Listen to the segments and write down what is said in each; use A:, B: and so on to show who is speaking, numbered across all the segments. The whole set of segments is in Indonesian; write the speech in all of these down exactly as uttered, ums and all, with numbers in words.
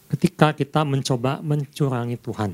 A: ketika kita mencoba mencurangi Tuhan.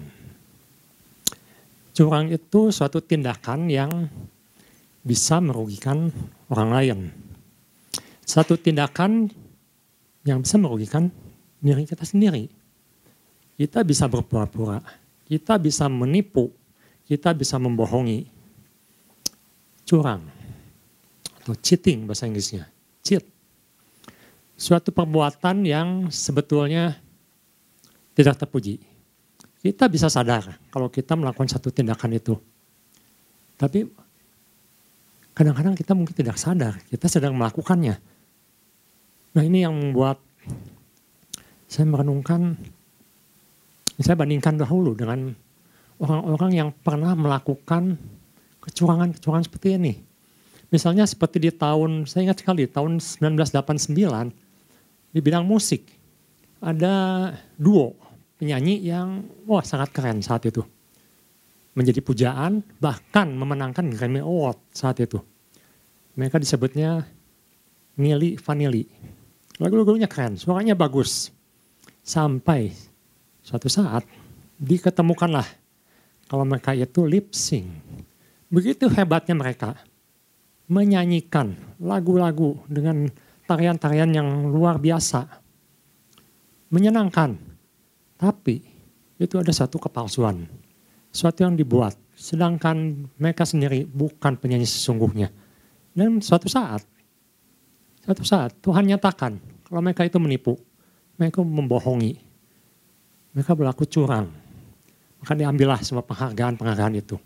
A: Curang itu suatu tindakan yang bisa merugikan orang lain. Satu tindakan yang bisa merugikan diri kita sendiri. Kita bisa berpura-pura, kita bisa menipu, kita bisa membohongi. Curang atau cheating bahasa Inggrisnya, cheat. Suatu perbuatan yang sebetulnya tidak terpuji. Kita bisa sadar kalau kita melakukan satu tindakan itu. Tapi kadang-kadang kita mungkin tidak sadar, kita sedang melakukannya. Nah ini yang membuat saya merenungkan, saya bandingkan dahulu dengan orang-orang yang pernah melakukan kecurangan-kecurangan seperti ini. Misalnya seperti di tahun, saya ingat sekali, tahun seribu sembilan ratus delapan puluh sembilan, di bidang musik, ada duo penyanyi yang wah sangat keren saat itu. Menjadi pujaan, bahkan memenangkan Grammy Award saat itu. Mereka disebutnya Milli Vanilli. Lagu-lagunya keren, suaranya bagus. Sampai suatu saat diketemukanlah kalau mereka itu lip sync. Begitu hebatnya mereka menyanyikan lagu-lagu dengan tarian-tarian yang luar biasa. Menyenangkan. Tapi itu ada satu kepalsuan. Suatu yang dibuat. Sedangkan mereka sendiri bukan penyanyi sesungguhnya. Dan suatu saat, suatu saat Tuhan nyatakan kalau mereka itu menipu. Mereka membohongi. Mereka berlaku curang. Maka diambillah semua penghargaan-penghargaan itu.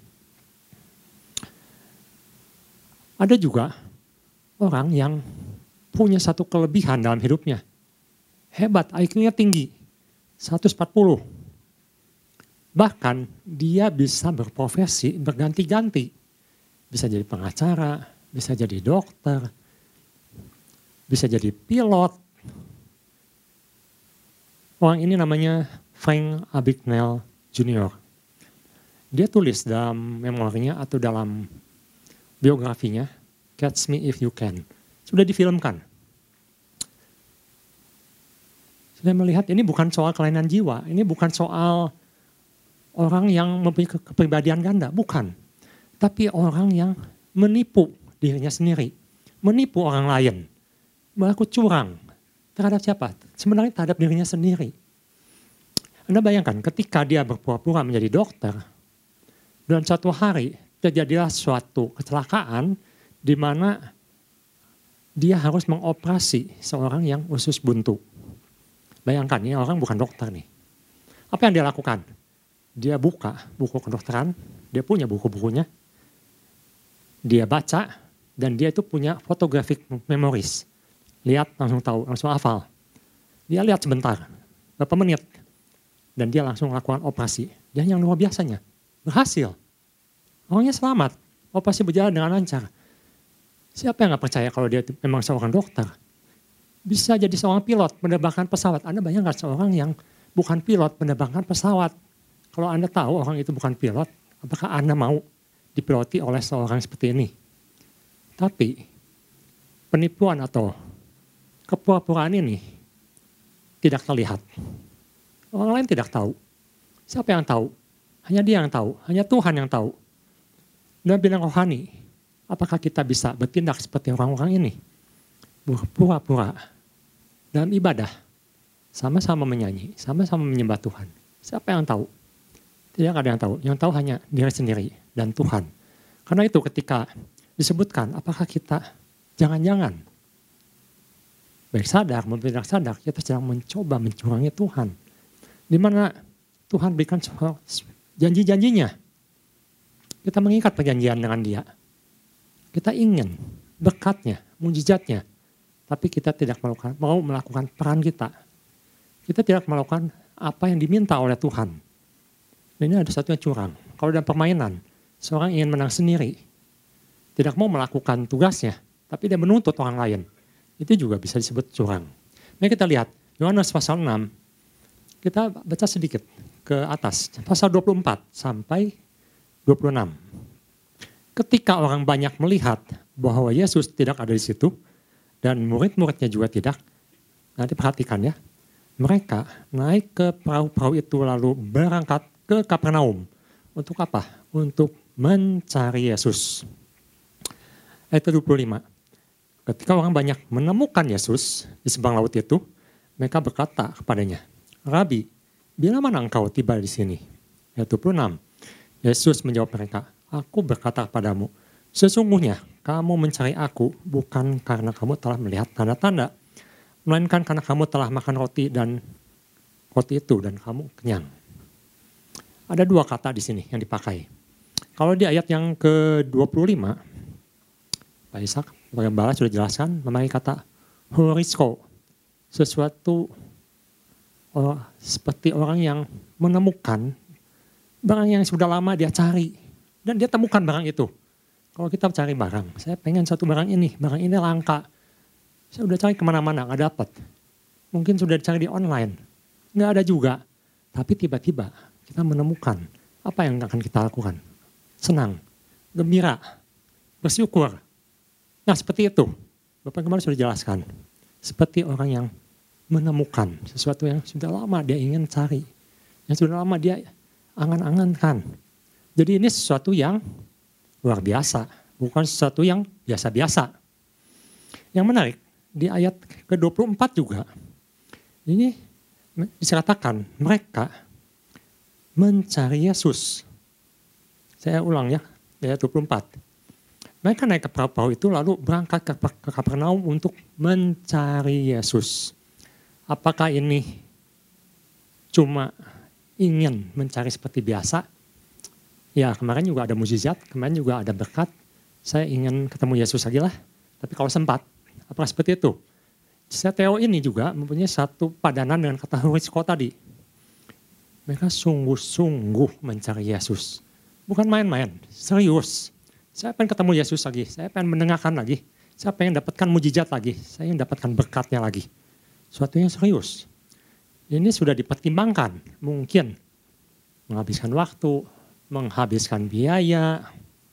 A: Ada juga orang yang punya satu kelebihan dalam hidupnya. Hebat, I Q-nya tinggi. seratus empat puluh. Bahkan dia bisa berprofesi berganti-ganti. Bisa jadi pengacara, bisa jadi dokter, bisa jadi pilot. Orang ini namanya Frank Abagnale Junior Dia tulis dalam memorinya atau dalam biografinya, Catch Me If You Can. Sudah difilmkan. Saya melihat ini bukan soal kelainan jiwa, ini bukan soal orang yang mempunyai kepribadian ganda, bukan. Tapi orang yang menipu dirinya sendiri, menipu orang lain, berlaku curang. Terhadap siapa? Sebenarnya terhadap dirinya sendiri. Anda bayangkan ketika dia berpura-pura menjadi dokter, dan suatu hari terjadilah suatu kecelakaan di mana dia harus mengoperasi seorang yang usus buntu. Bayangkan, ini orang bukan dokter nih. Apa yang dia lakukan? Dia buka buku kedokteran, dia punya buku-bukunya, dia baca, dan dia itu punya photographic memories. Lihat langsung tahu, langsung hafal. Dia lihat sebentar, berapa menit, dan dia langsung melakukan operasi. Dan yang luar biasanya, berhasil. Orangnya selamat, operasi berjalan dengan lancar. Siapa yang gak percaya kalau dia memang seorang dokter? Bisa jadi seorang pilot menerbangkan pesawat. Anda bayangkan seorang yang bukan pilot menerbangkan pesawat. Kalau Anda tahu orang itu bukan pilot, apakah Anda mau dipiloti oleh seorang seperti ini? Tapi penipuan atau kepura-puraan ini tidak terlihat. Orang lain tidak tahu. Siapa yang tahu? Hanya dia yang tahu, hanya Tuhan yang tahu. Dalam bidang rohani, apakah kita bisa bertindak seperti orang-orang ini? Berpura-pura dalam ibadah, sama-sama menyanyi, sama-sama menyembah Tuhan. Siapa yang tahu? Tidak ada yang tahu. Yang tahu hanya diri sendiri dan Tuhan. Karena itu ketika disebutkan, apakah kita jangan-jangan baik sadar maupun tidak sadar, kita sedang mencoba mencurangi Tuhan. Di mana Tuhan berikan janji-janjinya. Kita mengikat perjanjian dengan Dia. Kita ingin berkatnya, mujizatnya. Tapi kita tidak melakukan, mau melakukan peran kita. Kita tidak melakukan apa yang diminta oleh Tuhan. Dan ini ada satu yang curang. Kalau dalam permainan, seorang ingin menang sendiri. Tidak mau melakukan tugasnya, tapi dia menuntut orang lain. Itu juga bisa disebut curang. Mari kita lihat, Yohanes pasal enam, kita baca sedikit ke atas. Pasal dua puluh empat sampai dua puluh enam. Ketika orang banyak melihat bahwa Yesus tidak ada di situ, dan murid-muridnya juga tidak, nanti perhatikan ya. mereka naik ke perahu-perahu itu lalu berangkat ke Kapernaum. Untuk apa? Untuk mencari Yesus. Ayat dua puluh lima. Ketika orang banyak menemukan Yesus di seberang laut itu, mereka berkata kepadanya, Rabi, bila mana engkau tiba di sini? Ayat dua puluh enam. Yesus menjawab mereka, aku berkata kepadamu, sesungguhnya kamu mencari aku bukan karena kamu telah melihat tanda-tanda, melainkan karena kamu telah makan roti dan roti itu dan kamu kenyang. Ada dua kata di sini yang dipakai. Kalau di ayat yang ke dua puluh lima, Pak Ishak, Pak Gembala sudah jelaskan memakai kata horisko, sesuatu oh, seperti orang yang menemukan barang yang sudah lama dia cari dan dia temukan barang itu. Kalau kita cari barang, saya pengen satu barang ini, barang ini langka. Saya udah cari kemana-mana, gak dapat. Mungkin sudah dicari di online, gak ada juga. Tapi tiba-tiba kita menemukan apa yang akan kita lakukan. Senang, gembira, bersyukur. Nah seperti itu, Bapak kemarin sudah jelaskan. Seperti orang yang menemukan sesuatu yang sudah lama dia ingin cari. Yang sudah lama dia angan-angankan. Jadi ini sesuatu yang luar biasa, bukan sesuatu yang biasa-biasa. Yang menarik, di ayat ke dua puluh empat juga, ini dikatakan mereka mencari Yesus. Saya ulang ya, ayat dua puluh empat. Mereka naik ke perahu itu lalu berangkat ke, ke Kapernaum untuk mencari Yesus. Apakah ini cuma ingin mencari seperti biasa? Ya kemarin juga ada mukjizat, kemarin juga ada berkat. Saya ingin ketemu Yesus lagi lah. Tapi kalau sempat, apakah seperti itu? Seteo ini juga mempunyai satu padanan dengan kata horisko tadi. Mereka sungguh-sungguh mencari Yesus. Bukan main-main, serius. Saya pengen ketemu Yesus lagi, saya pengen mendengarkan lagi. Saya pengen dapatkan mukjizat lagi, saya ingin dapatkan berkatnya lagi. Suatu yang serius. Ini sudah dipertimbangkan, mungkin menghabiskan waktu, menghabiskan biaya,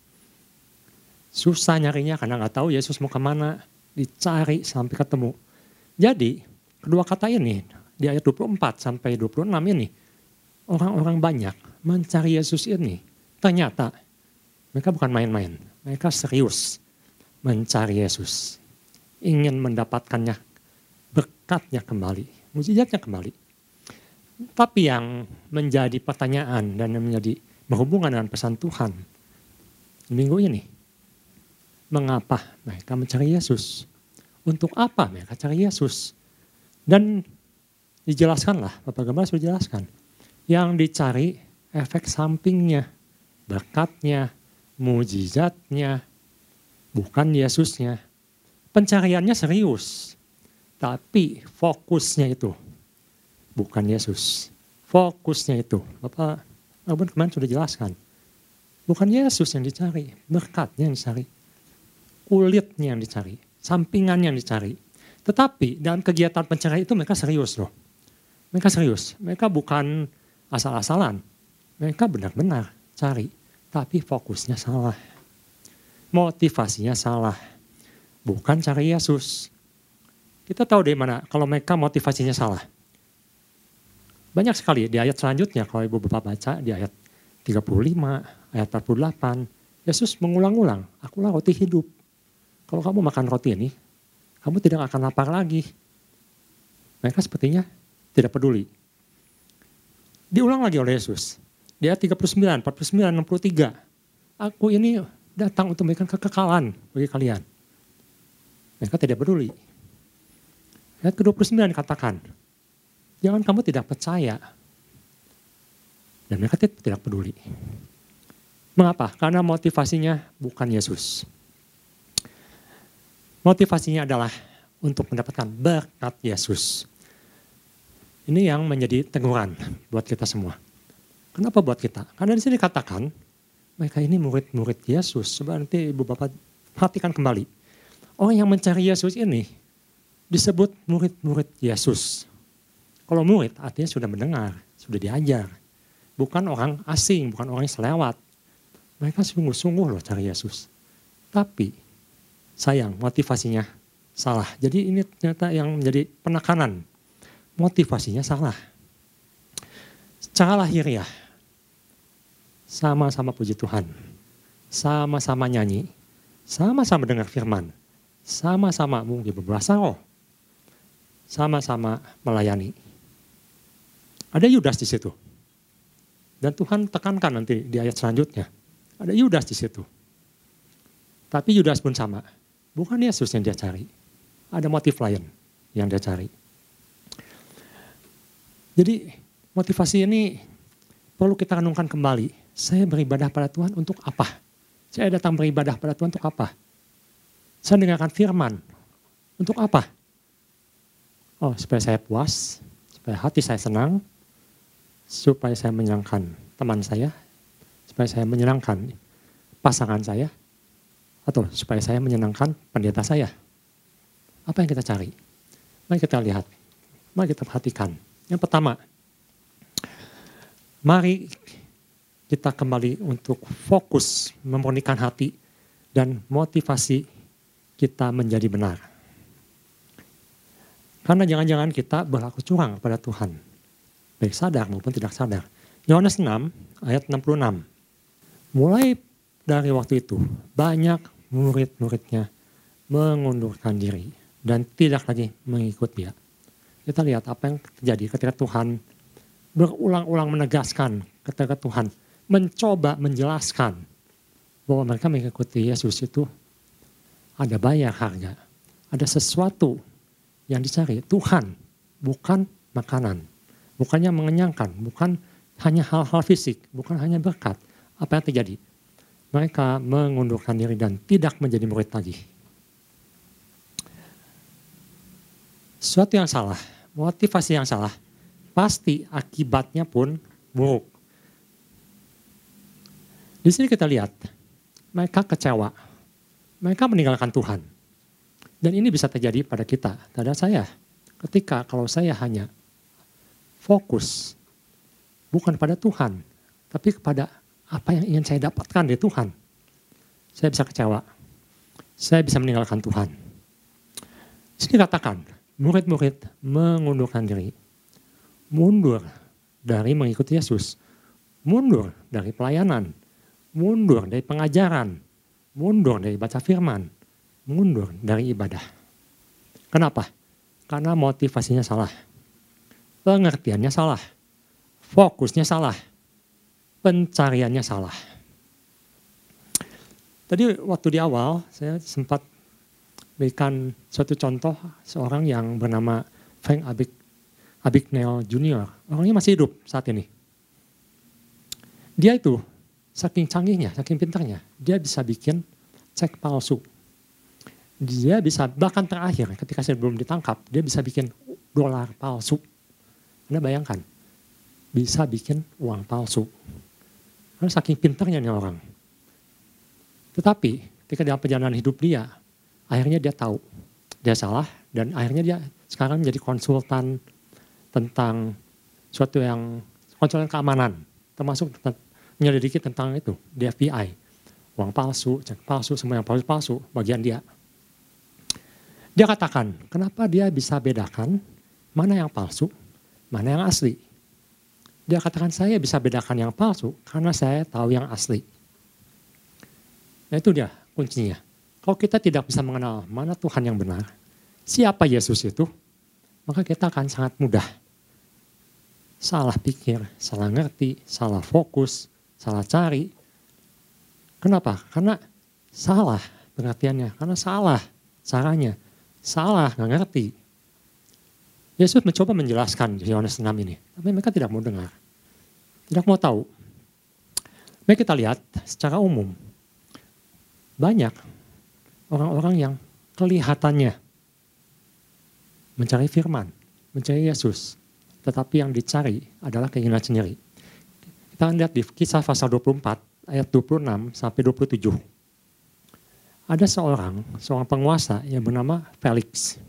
A: susah nyarinya karena nggak tahu Yesus mau kemana, dicari sampai ketemu. Jadi kedua kata ini di ayat dua puluh empat sampai dua puluh enam ini, orang-orang banyak mencari Yesus ini, ternyata mereka bukan main-main, mereka serius mencari Yesus, ingin mendapatkannya, berkatnya kembali, mukjizatnya kembali. Tapi yang menjadi pertanyaan dan yang menjadi berhubungan dengan pesan Tuhan minggu ini, mengapa mereka mencari Yesus? Untuk apa mereka cari Yesus? Dan dijelaskanlah, Bapak Gembala sudah jelaskan, yang dicari efek sampingnya, berkatnya, mukjizatnya, bukan Yesusnya. Pencariannya serius, tapi fokusnya itu bukan Yesus. Fokusnya itu, Bapak Abang kemarin sudah jelaskan. Bukan Yesus yang dicari, berkatnya yang dicari. Kulitnya yang dicari, sampingannya yang dicari. Tetapi dalam kegiatan pencarian itu mereka serius loh. Mereka serius, mereka bukan asal-asalan. Mereka benar-benar cari, tapi fokusnya salah. Motivasinya salah. Bukan cari Yesus. Kita tahu dari mana kalau mereka motivasinya salah. Banyak sekali di ayat selanjutnya kalau Ibu Bapak baca di ayat tiga puluh lima, ayat empat puluh delapan. Yesus mengulang-ulang, akulah roti hidup. Kalau kamu makan roti ini, kamu tidak akan lapar lagi. Mereka sepertinya tidak peduli. Diulang lagi oleh Yesus. Di ayat tiga puluh sembilan, empat puluh sembilan, enam puluh tiga. Aku ini datang untuk memberikan kekekalan bagi kalian. Mereka tidak peduli. Ayat ke dua puluh sembilan katakan, jangan kamu tidak percaya. Dan mereka tidak peduli. Mengapa? Karena motivasinya bukan Yesus. Motivasinya adalah untuk mendapatkan berkat Yesus. Ini yang menjadi teguran buat kita semua. Kenapa buat kita? Karena di sini katakan mereka ini murid-murid Yesus. Coba nanti Ibu Bapak perhatikan kembali. Orang yang mencari Yesus ini disebut murid-murid Yesus. Kalau murid artinya sudah mendengar, sudah diajar. Bukan orang asing, bukan orang yang selewat. Mereka sungguh-sungguh loh cari Yesus. Tapi sayang motivasinya salah. Jadi ini ternyata yang menjadi penekanan motivasinya salah. Secara lahiriah, sama-sama puji Tuhan, sama-sama nyanyi, sama-sama dengar firman, sama-sama mungkin berbahasa roh, sama-sama melayani. Ada Yudas di situ. Dan Tuhan tekankan nanti di ayat selanjutnya. Ada Yudas di situ. Tapi Yudas pun sama. Bukan Yesus yang dia cari. Ada motif lain yang dia cari. Jadi motivasi ini perlu kita renungkan kembali. Saya beribadah pada Tuhan untuk apa? Saya datang beribadah pada Tuhan untuk apa? Saya dengarkan firman. Untuk apa? Oh, supaya saya puas, supaya hati saya senang, supaya saya menyenangkan teman saya, supaya saya menyenangkan pasangan saya, atau supaya saya menyenangkan pendeta saya. Apa yang kita cari? Mari kita lihat, mari kita perhatikan. Yang pertama, mari kita kembali untuk fokus memurnikan hati dan motivasi kita menjadi benar. Karena jangan-jangan kita berlaku curang pada Tuhan. Baik sadar maupun tidak sadar. Yohanes enam ayat enam puluh enam. Mulai dari waktu itu banyak murid-muridnya mengundurkan diri dan tidak lagi mengikut dia. Kita lihat apa yang terjadi ketika Tuhan berulang-ulang menegaskan ketika Tuhan mencoba menjelaskan bahwa mereka mengikuti Yesus itu ada bayar harga. Ada sesuatu yang dicari Tuhan, bukan makanan. Bukannya mengenyangkan, bukan hanya hal-hal fisik, bukan hanya berkat. Apa yang terjadi? Mereka mengundurkan diri dan tidak menjadi murid lagi. Sesuatu yang salah, motivasi yang salah, pasti akibatnya pun buruk. Di sini kita lihat, mereka kecewa. Mereka meninggalkan Tuhan. Dan ini bisa terjadi pada kita, pada saya. Ketika kalau saya hanya fokus, bukan pada Tuhan, tapi kepada apa yang ingin saya dapatkan dari Tuhan. Saya bisa kecewa. Saya bisa meninggalkan Tuhan. Di sini katakan, murid-murid mengundurkan diri. Mundur dari mengikuti Yesus. Mundur dari pelayanan. Mundur dari pengajaran, mundur dari baca firman, mundur dari ibadah. Kenapa? Karena motivasinya salah, pengertiannya salah, fokusnya salah, pencariannya salah. Tadi waktu di awal saya sempat berikan suatu contoh seorang yang bernama Frank Abagnale Junior Orangnya masih hidup saat ini. Dia itu saking canggihnya, saking pintarnya, dia bisa bikin cek palsu. Dia bisa, bahkan terakhir ketika saya belum ditangkap, dia bisa bikin dolar palsu. Anda bayangkan, bisa bikin uang palsu. Karena saking pintarnya nih orang. Tetapi ketika dalam perjalanan hidup dia, akhirnya dia tahu dia salah dan akhirnya dia sekarang menjadi konsultan tentang suatu yang, konsultan keamanan, termasuk menyelidiki tentang itu di F B I. Uang palsu, cek palsu, semua yang palsu-palsu, bagian dia. Dia katakan, kenapa dia bisa bedakan mana yang palsu, mana yang asli. Dia katakan, saya bisa bedakan yang palsu karena saya tahu yang asli. Nah itu dia kuncinya. Kalau kita tidak bisa mengenal mana Tuhan yang benar, siapa Yesus itu, maka kita akan sangat mudah salah pikir, salah ngerti, salah fokus, salah cari. Kenapa? Karena salah pengertiannya, karena salah caranya, salah nggak ngerti. Yesus mencoba menjelaskan di Yohanes enam ini, tapi mereka tidak mau dengar, tidak mau tahu. Mari kita lihat secara umum, banyak orang-orang yang kelihatannya mencari firman, mencari Yesus, tetapi yang dicari adalah keinginan sendiri. Kita lihat di Kisah pasal dua puluh empat ayat dua puluh enam sampai dua puluh tujuh. Ada seorang, seorang penguasa yang bernama Felix.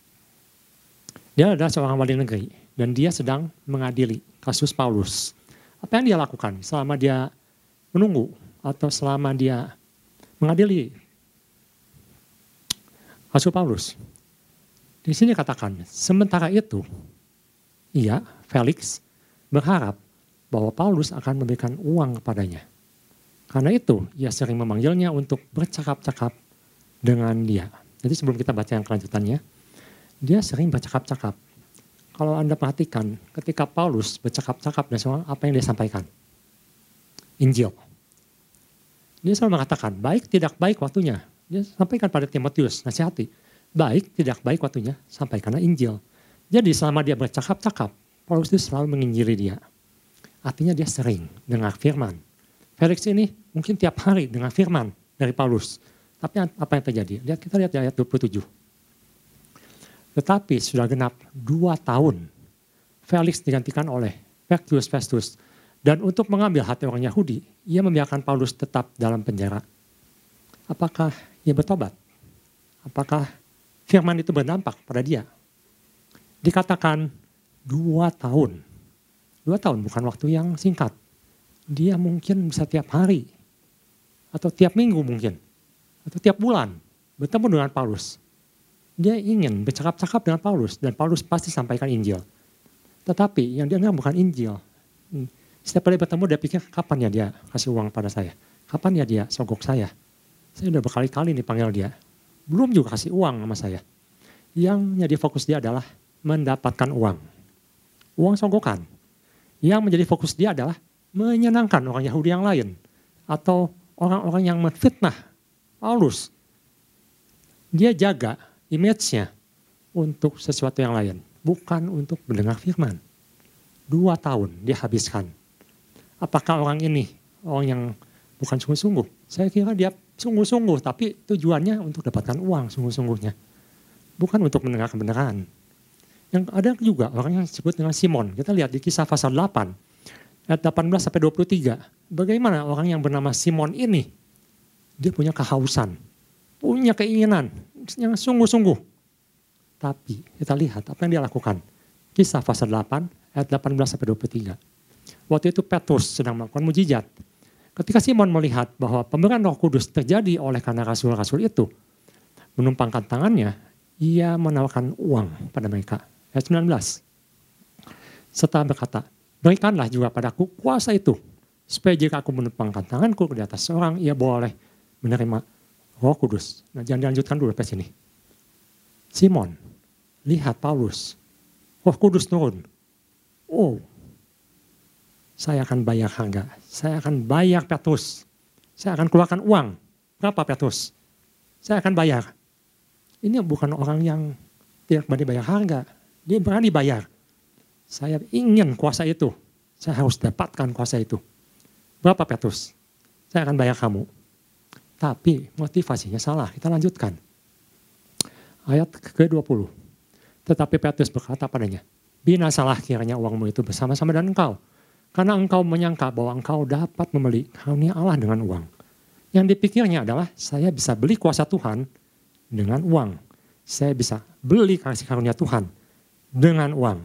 A: Dia adalah seorang wali negeri dan dia sedang mengadili kasus Paulus. Apa yang dia lakukan selama dia menunggu atau selama dia mengadili kasus Paulus? Di sini katakan, sementara itu ia, Felix, berharap bahwa Paulus akan memberikan uang kepadanya. Karena itu, ia sering memanggilnya untuk bercakap-cakap dengan dia. Jadi sebelum kita baca yang kelanjutannya, dia sering bercakap-cakap. Kalau Anda perhatikan, ketika Paulus bercakap-cakap dan soal apa yang dia sampaikan? Injil. Dia selalu mengatakan, baik tidak baik waktunya. Dia sampaikan pada Timotius, nasihati. Baik tidak baik waktunya, sampaikanlah Injil. Jadi selama dia bercakap-cakap, Paulus itu selalu menginjili dia. Artinya dia sering dengar firman. Felix ini mungkin tiap hari dengar firman dari Paulus. Tapi apa yang terjadi? Lihat, kita lihat ayat dua puluh tujuh. Tetapi sudah genap dua tahun, Felix digantikan oleh Porcius Festus. Dan untuk mengambil hati orang Yahudi, ia membiarkan Paulus tetap dalam penjara. Apakah ia bertobat? Apakah firman itu berdampak pada dia? Dikatakan dua tahun. Dua tahun bukan waktu yang singkat. Dia mungkin bisa tiap hari. Atau tiap minggu mungkin. Atau tiap bulan bertemu dengan Paulus. Dia ingin bercakap-cakap dengan Paulus. Dan Paulus pasti sampaikan Injil. Tetapi yang dia dengar bukan Injil. Setiap kali bertemu dia pikir, kapan ya dia kasih uang pada saya? Kapan ya dia sogok saya? Saya udah berkali-kali nih panggil dia. Belum juga kasih uang sama saya. Yang jadi fokus dia adalah mendapatkan uang. Uang sogokan. Yang menjadi fokus dia adalah menyenangkan orang Yahudi yang lain. Atau orang-orang yang menfitnah Paulus. Dia jaga image-nya untuk sesuatu yang lain. Bukan untuk mendengar firman. Dua tahun dia habiskan. Apakah orang ini orang yang bukan sungguh-sungguh? Saya kira dia sungguh-sungguh, tapi tujuannya untuk dapatkan uang sungguh-sungguhnya. Bukan untuk mendengar kebenaran. Yang ada juga orang yang disebut dengan Simon. Kita lihat di Kisah pasal delapan, ayat delapan belas sampai dua puluh tiga. Bagaimana orang yang bernama Simon ini, dia punya kehausan, punya keinginan yang sungguh-sungguh. Tapi kita lihat apa yang dia lakukan. Kisah pasal delapan, ayat delapan belas sampai dua puluh tiga. Waktu itu Petrus sedang melakukan mujizat. Ketika Simon melihat bahwa pemberian Roh Kudus terjadi oleh karena rasul-rasul itu, menumpangkan tangannya, ia menawarkan uang pada mereka. Ayat sembilan belas. Serta berkata, berikanlah juga padaku kuasa itu, supaya jika aku menumpangkan tanganku di atas seorang, ia boleh menerima Roh Kudus. Nah, jangan dilanjutkan dulu sampai sini. Simon, lihat Paulus, Roh Kudus turun. Oh, saya akan bayar harga. Saya akan bayar Petrus. Saya akan keluarkan uang. Berapa Petrus? Saya akan bayar. Ini bukan orang yang tidak berani bayar harga. Dia berani bayar. Saya ingin kuasa itu. Saya harus dapatkan kuasa itu. Berapa Petrus? Saya akan bayar kamu. Tapi motivasinya salah. Kita lanjutkan. Ayat ke dua puluh. Tetapi Petrus berkata padanya, binasalah kiranya uangmu itu bersama-sama dengan engkau. Karena engkau menyangka bahwa engkau dapat membeli karunia Allah dengan uang. Yang dipikirnya adalah saya bisa beli kuasa Tuhan dengan uang. Saya bisa beli kasih karunia Tuhan dengan uang.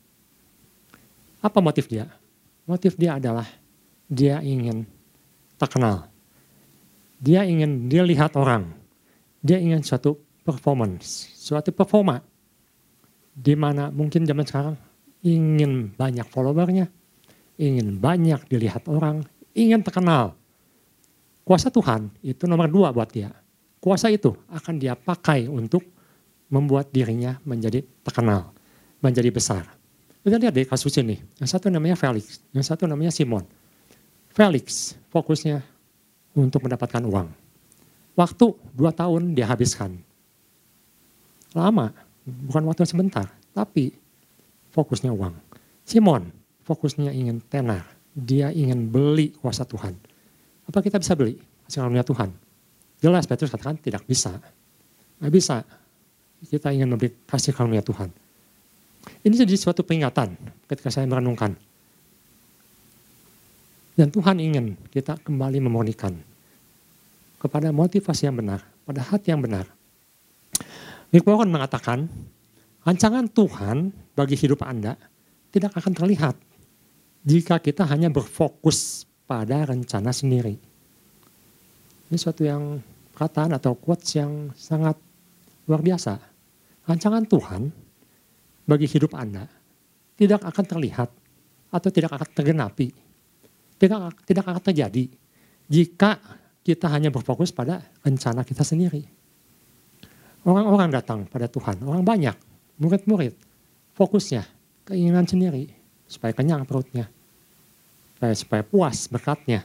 A: Apa motif dia? Motif dia adalah dia ingin terkenal. Dia ingin dilihat orang. Dia ingin suatu performance, suatu performa. Di mana mungkin zaman sekarang ingin banyak followernya, ingin banyak dilihat orang, ingin terkenal. Kuasa Tuhan itu nomor dua buat dia. Kuasa itu akan dia pakai untuk membuat dirinya menjadi terkenal, menjadi besar. Kita lihat dari kasus ini, yang satu namanya Felix, yang satu namanya Simon. Felix fokusnya untuk mendapatkan uang. Waktu dua tahun dia habiskan. Lama, bukan waktu sebentar, tapi fokusnya uang. Simon fokusnya ingin tenar, dia ingin beli kuasa Tuhan. Apa kita bisa beli hasil karunia Tuhan? Jelas Petrus katakan tidak bisa. Nggak bisa. Kita ingin membeli kasih karunia Tuhan. Ini jadi suatu peringatan ketika saya merenungkan. Dan Tuhan ingin kita kembali memurnikan kepada motivasi yang benar, pada hati yang benar. Rick Warren mengatakan, rancangan Tuhan bagi hidup Anda tidak akan terlihat jika kita hanya berfokus pada rencana sendiri. Ini suatu yang perkataan atau quotes yang sangat luar biasa. Rancangan Tuhan bagi hidup Anda tidak akan terlihat atau tidak akan tergenapi, tidak, tidak akan terjadi jika kita hanya berfokus pada rencana kita sendiri. Orang-orang datang pada Tuhan, orang banyak, murid-murid, fokusnya, keinginan sendiri, supaya kenyang perutnya, supaya, supaya puas berkatnya.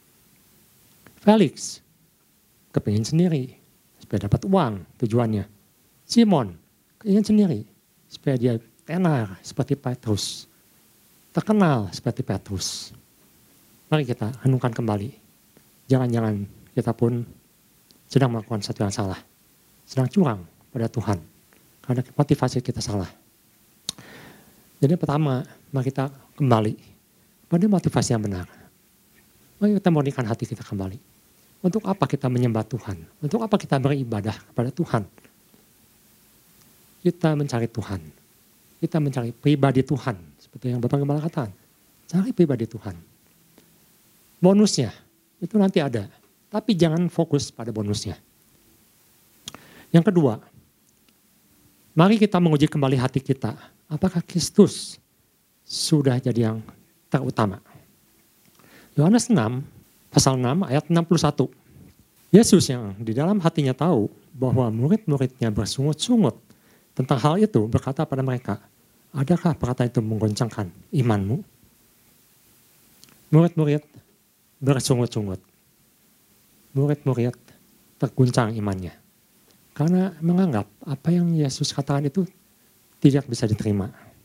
A: Felix, kepingin sendiri, supaya dapat uang tujuannya. Simon, keinginan sendiri, supaya dia tenar seperti Petrus, terkenal seperti Petrus. Mari kita renungkan kembali. Jangan-jangan kita pun sedang melakukan sesuatu yang salah. Sedang curang pada Tuhan. Karena motivasi kita salah. Jadi pertama, mari kita kembali pada motivasi yang benar. Mari kita murnikan hati kita kembali. Untuk apa kita menyembah Tuhan? Untuk apa kita beribadah kepada Tuhan? Kita mencari Tuhan. Kita mencari pribadi Tuhan. Seperti yang Bapak Gembala katakan. Cari pribadi Tuhan. Bonusnya itu nanti ada. Tapi jangan fokus pada bonusnya. Yang kedua, mari kita menguji kembali hati kita. Apakah Kristus sudah jadi yang terutama? Yohanes enam, pasal enam ayat enam puluh satu. Yesus yang di dalam hatinya tahu bahwa murid-muridnya bersungut-sungut tentang hal itu berkata pada mereka, adakah perkataan itu menggoncangkan imanmu? Murid-murid bersungut-sungut. Murid-murid terguncang imannya. Karena menganggap apa yang Yesus katakan itu tidak bisa diterima.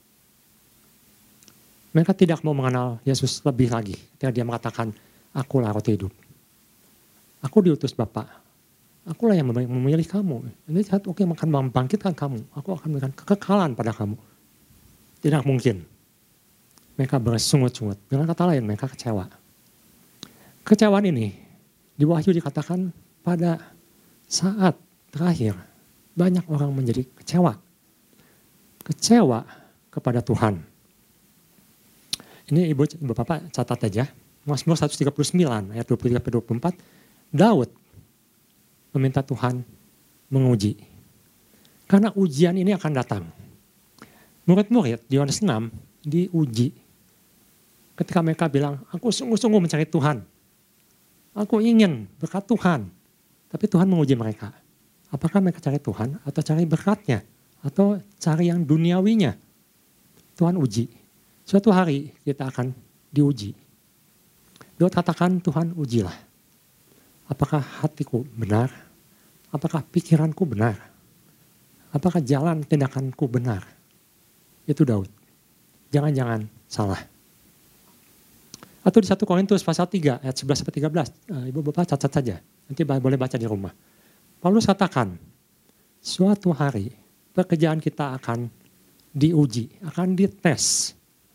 A: Mereka tidak mau mengenal Yesus lebih lagi. Ketika dia mengatakan, akulah roti hidup. Aku diutus Bapa. Akulah yang memilih kamu. Ini saat oke akan membangkitkan kamu. Aku akan memberikan kekekalan pada kamu. Tidak mungkin. Mereka bersungut-sungut. Dengan kata lain mereka kecewa. Kecewaan ini di Wahyu dikatakan pada saat terakhir banyak orang menjadi kecewa. Kecewa kepada Tuhan. Ini Ibu Bapak catat aja. Mazmur seratus tiga puluh sembilan ayat dua puluh tiga sampai dua puluh empat. Daud meminta Tuhan menguji. Karena ujian ini akan datang. Murid-murid di Yohanes enam diuji. Ketika mereka bilang, aku sungguh-sungguh mencari Tuhan. Aku ingin berkat Tuhan. Tapi Tuhan menguji mereka. Apakah mereka cari Tuhan atau cari berkatnya? Atau cari yang duniawinya? Tuhan uji. Suatu hari kita akan diuji. Daud katakan, Tuhan ujilah. Apakah hatiku benar? Apakah pikiranku benar? Apakah jalan tindakanku benar? Itu Daud. Jangan-jangan salah. Atau di satu Korintus pasal tiga ayat sebelas sampai tiga belas. Ibu Bapak catat saja. Nanti boleh baca di rumah. Paulus katakan, suatu hari pekerjaan kita akan diuji, akan dites.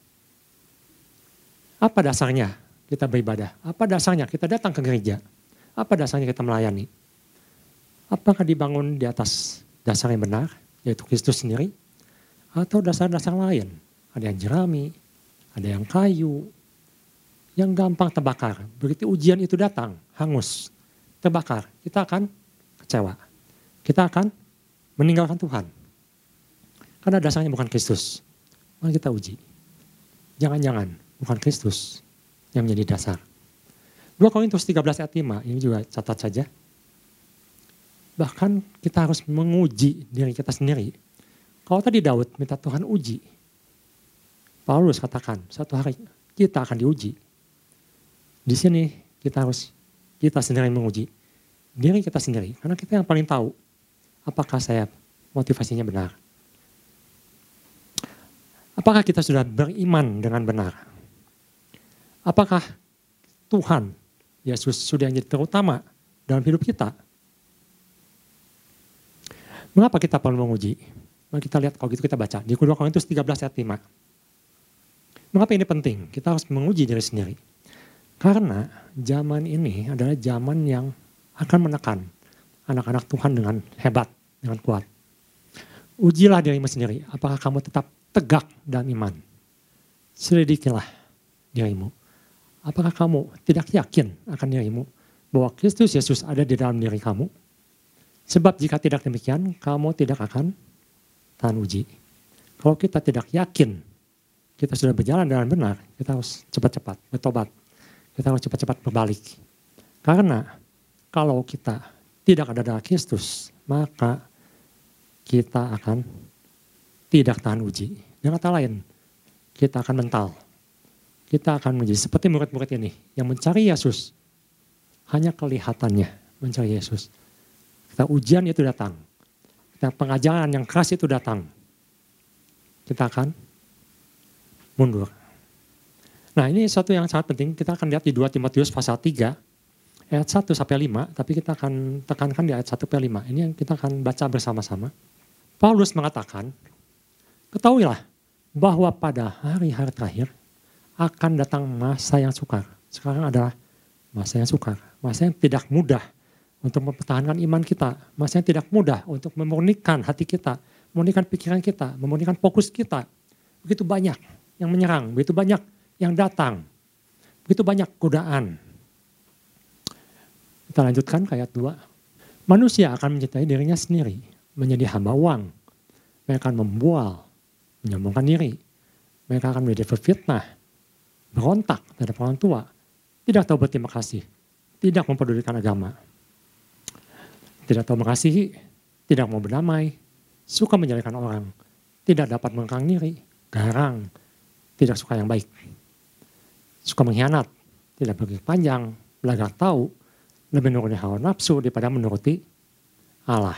A: Apa dasarnya kita beribadah? Apa dasarnya kita datang ke gereja? Apa dasarnya kita melayani? Apakah dibangun di atas dasar yang benar, yaitu Kristus sendiri? Atau dasar-dasar lain? Ada yang jerami, ada yang kayu, yang gampang terbakar. Begitu ujian itu datang, hangus, terbakar, kita akan kecewa. Kita akan meninggalkan Tuhan. Karena dasarnya bukan Kristus. Mari kita uji. Jangan-jangan bukan Kristus yang menjadi dasar. dua Korintus tiga belas ayat lima, ini juga catat saja. Bahkan kita harus menguji diri kita sendiri. Kalau tadi Daud minta Tuhan uji. Paulus katakan, satu hari kita akan diuji. Di sini kita harus, kita sendiri menguji diri kita sendiri. Karena kita yang paling tahu apakah saya motivasinya benar. Apakah kita sudah beriman dengan benar? Apakah Tuhan, Yesus sudah menjadi terutama dalam hidup kita? Mengapa kita perlu menguji? Mari kita lihat, kalau gitu kita baca. Di dua Korintus tiga belas ayat lima. Mengapa ini penting? Kita harus menguji diri sendiri. Karena zaman ini adalah zaman yang akan menekan anak-anak Tuhan dengan hebat, dengan kuat. Ujilah dirimu sendiri, apakah kamu tetap tegak dalam iman? Selidikilah dirimu. Apakah kamu tidak yakin akan dirimu bahwa Kristus Yesus ada di dalam diri kamu? Sebab jika tidak demikian, kamu tidak akan tahan uji. Kalau kita tidak yakin kita sudah berjalan dengan benar, kita harus cepat-cepat bertobat. Kita harus cepat-cepat berbalik. Karena kalau kita tidak ada darah Kristus, maka kita akan tidak tahan uji. Dengan kata lain, kita akan mental. Kita akan menjadi seperti murid-murid ini yang mencari Yesus. Hanya kelihatannya mencari Yesus. Kita ujian itu datang. Kita pengajaran yang keras itu datang. Kita akan mundur. Nah, ini satu yang sangat penting. Kita akan lihat di dua Timotius pasal tiga ayat satu sampai lima, tapi kita akan tekankan di ayat satu sampai lima. Ini yang kita akan baca bersama-sama. Paulus mengatakan, ketahuilah bahwa pada hari-hari terakhir akan datang masa yang sukar. Sekarang adalah masa yang sukar, masa yang tidak mudah untuk mempertahankan iman kita, masa yang tidak mudah untuk memurnikan hati kita, memurnikan pikiran kita, memurnikan fokus kita. Begitu banyak yang menyerang, begitu banyak yang datang, begitu banyak godaan. Kita lanjutkan ke ayat dua. Manusia akan mencintai dirinya sendiri, menjadi hamba uang. Mereka akan membual, menyombongkan diri. Mereka akan menjadi berfitnah, berontak terhadap orang tua, tidak tahu berterima kasih, tidak mempedulikan agama, tidak tahu mengasihi, tidak mau berdamai, suka menjelekan orang, tidak dapat mengekang diri, garang, tidak suka yang baik, suka mengkhianat, tidak berpikir panjang, belajar tahu, lebih menuruti hawa nafsu daripada menuruti Allah.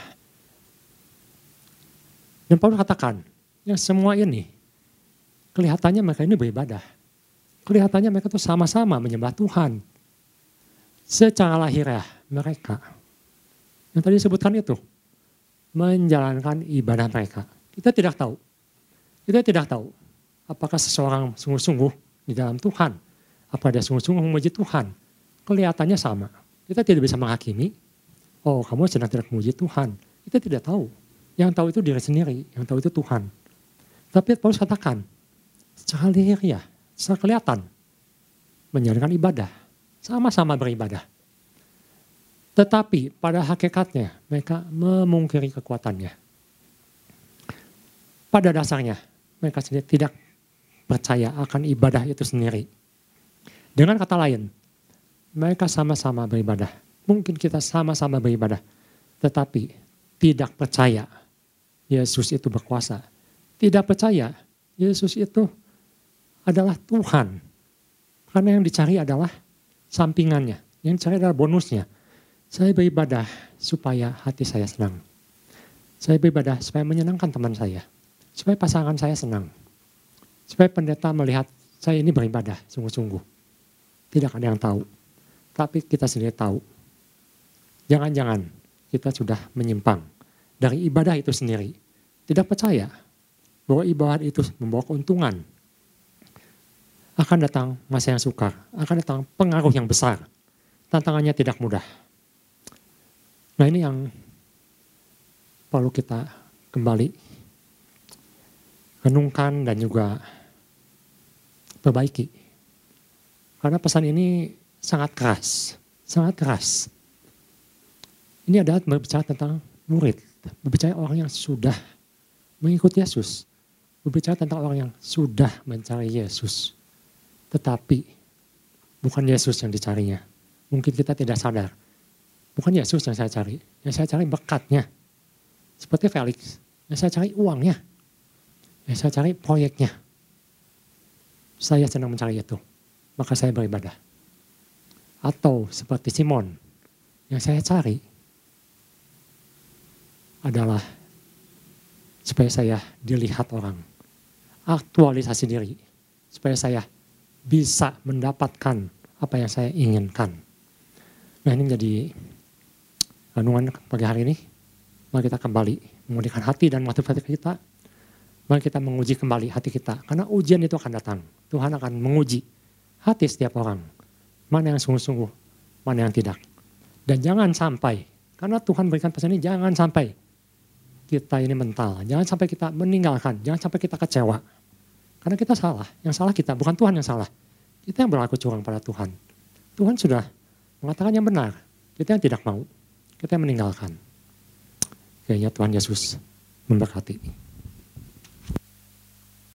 A: Dan Paulus katakan, yang semua ini kelihatannya mereka ini beribadah. Kelihatannya mereka itu sama-sama menyembah Tuhan. Secara lahiriah mereka, yang tadi disebutkan itu, menjalankan ibadah mereka. Kita tidak tahu. Kita tidak tahu apakah seseorang sungguh-sungguh di dalam Tuhan. Apakah dia sungguh-sungguh memuji Tuhan. Kelihatannya sama. Kita tidak bisa menghakimi, oh kamu sedang tidak memuji Tuhan. Kita tidak tahu. Yang tahu itu diri sendiri, yang tahu itu Tuhan. Tapi Paulus katakan, secara lahiriah, secara kelihatan, menjalankan ibadah, sama-sama beribadah. Tetapi pada hakikatnya mereka memungkiri kekuatannya. Pada dasarnya mereka sendiri tidak percaya akan ibadah itu sendiri. Dengan kata lain, mereka sama-sama beribadah. Mungkin kita sama-sama beribadah. Tetapi tidak percaya Yesus itu berkuasa. Tidak percaya Yesus itu adalah Tuhan. Karena yang dicari adalah sampingannya. Yang dicari adalah bonusnya. Saya beribadah supaya hati saya senang. Saya beribadah supaya menyenangkan teman saya. Supaya pasangan saya senang. Supaya pendeta melihat saya ini beribadah sungguh-sungguh. Tidak ada yang tahu. Tapi kita sendiri tahu. Jangan-jangan kita sudah menyimpang dari ibadah itu sendiri. Tidak percaya bahwa ibadah itu membawa keuntungan. Akan datang masa yang sukar. Akan datang pengaruh yang besar. Tantangannya tidak mudah. Nah ini yang perlu kita kembali renungkan dan juga perbaiki. Karena pesan ini sangat keras, sangat keras. Ini adalah berbicara tentang murid, berbicara orang yang sudah mengikuti Yesus, berbicara tentang orang yang sudah mencari Yesus. Tetapi bukan Yesus yang dicarinya. Mungkin kita tidak sadar. Bukan Yesus yang saya cari, yang saya cari berkatnya. Seperti Felix, yang saya cari uangnya, yang saya cari proyeknya. Saya sedang mencari itu, maka saya beribadah. Atau seperti Simon, yang saya cari adalah supaya saya dilihat orang. Aktualisasi diri, supaya saya bisa mendapatkan apa yang saya inginkan. Nah ini menjadi renungan pagi hari ini. Mari kita kembali memulihkan hati dan motivasi kita. Mari kita menguji kembali hati kita. Karena ujian itu akan datang. Tuhan akan menguji hati setiap orang. Mana yang sungguh-sungguh, mana yang tidak. Dan jangan sampai, karena Tuhan berikan pesan ini, jangan sampai kita ini mental. Jangan sampai kita meninggalkan, jangan sampai kita kecewa. Karena kita salah, yang salah kita, bukan Tuhan yang salah. Kita yang berlaku curang pada Tuhan. Tuhan sudah mengatakan yang benar, kita yang tidak mau, kita yang meninggalkan. Kayaknya Tuhan Yesus memberkati.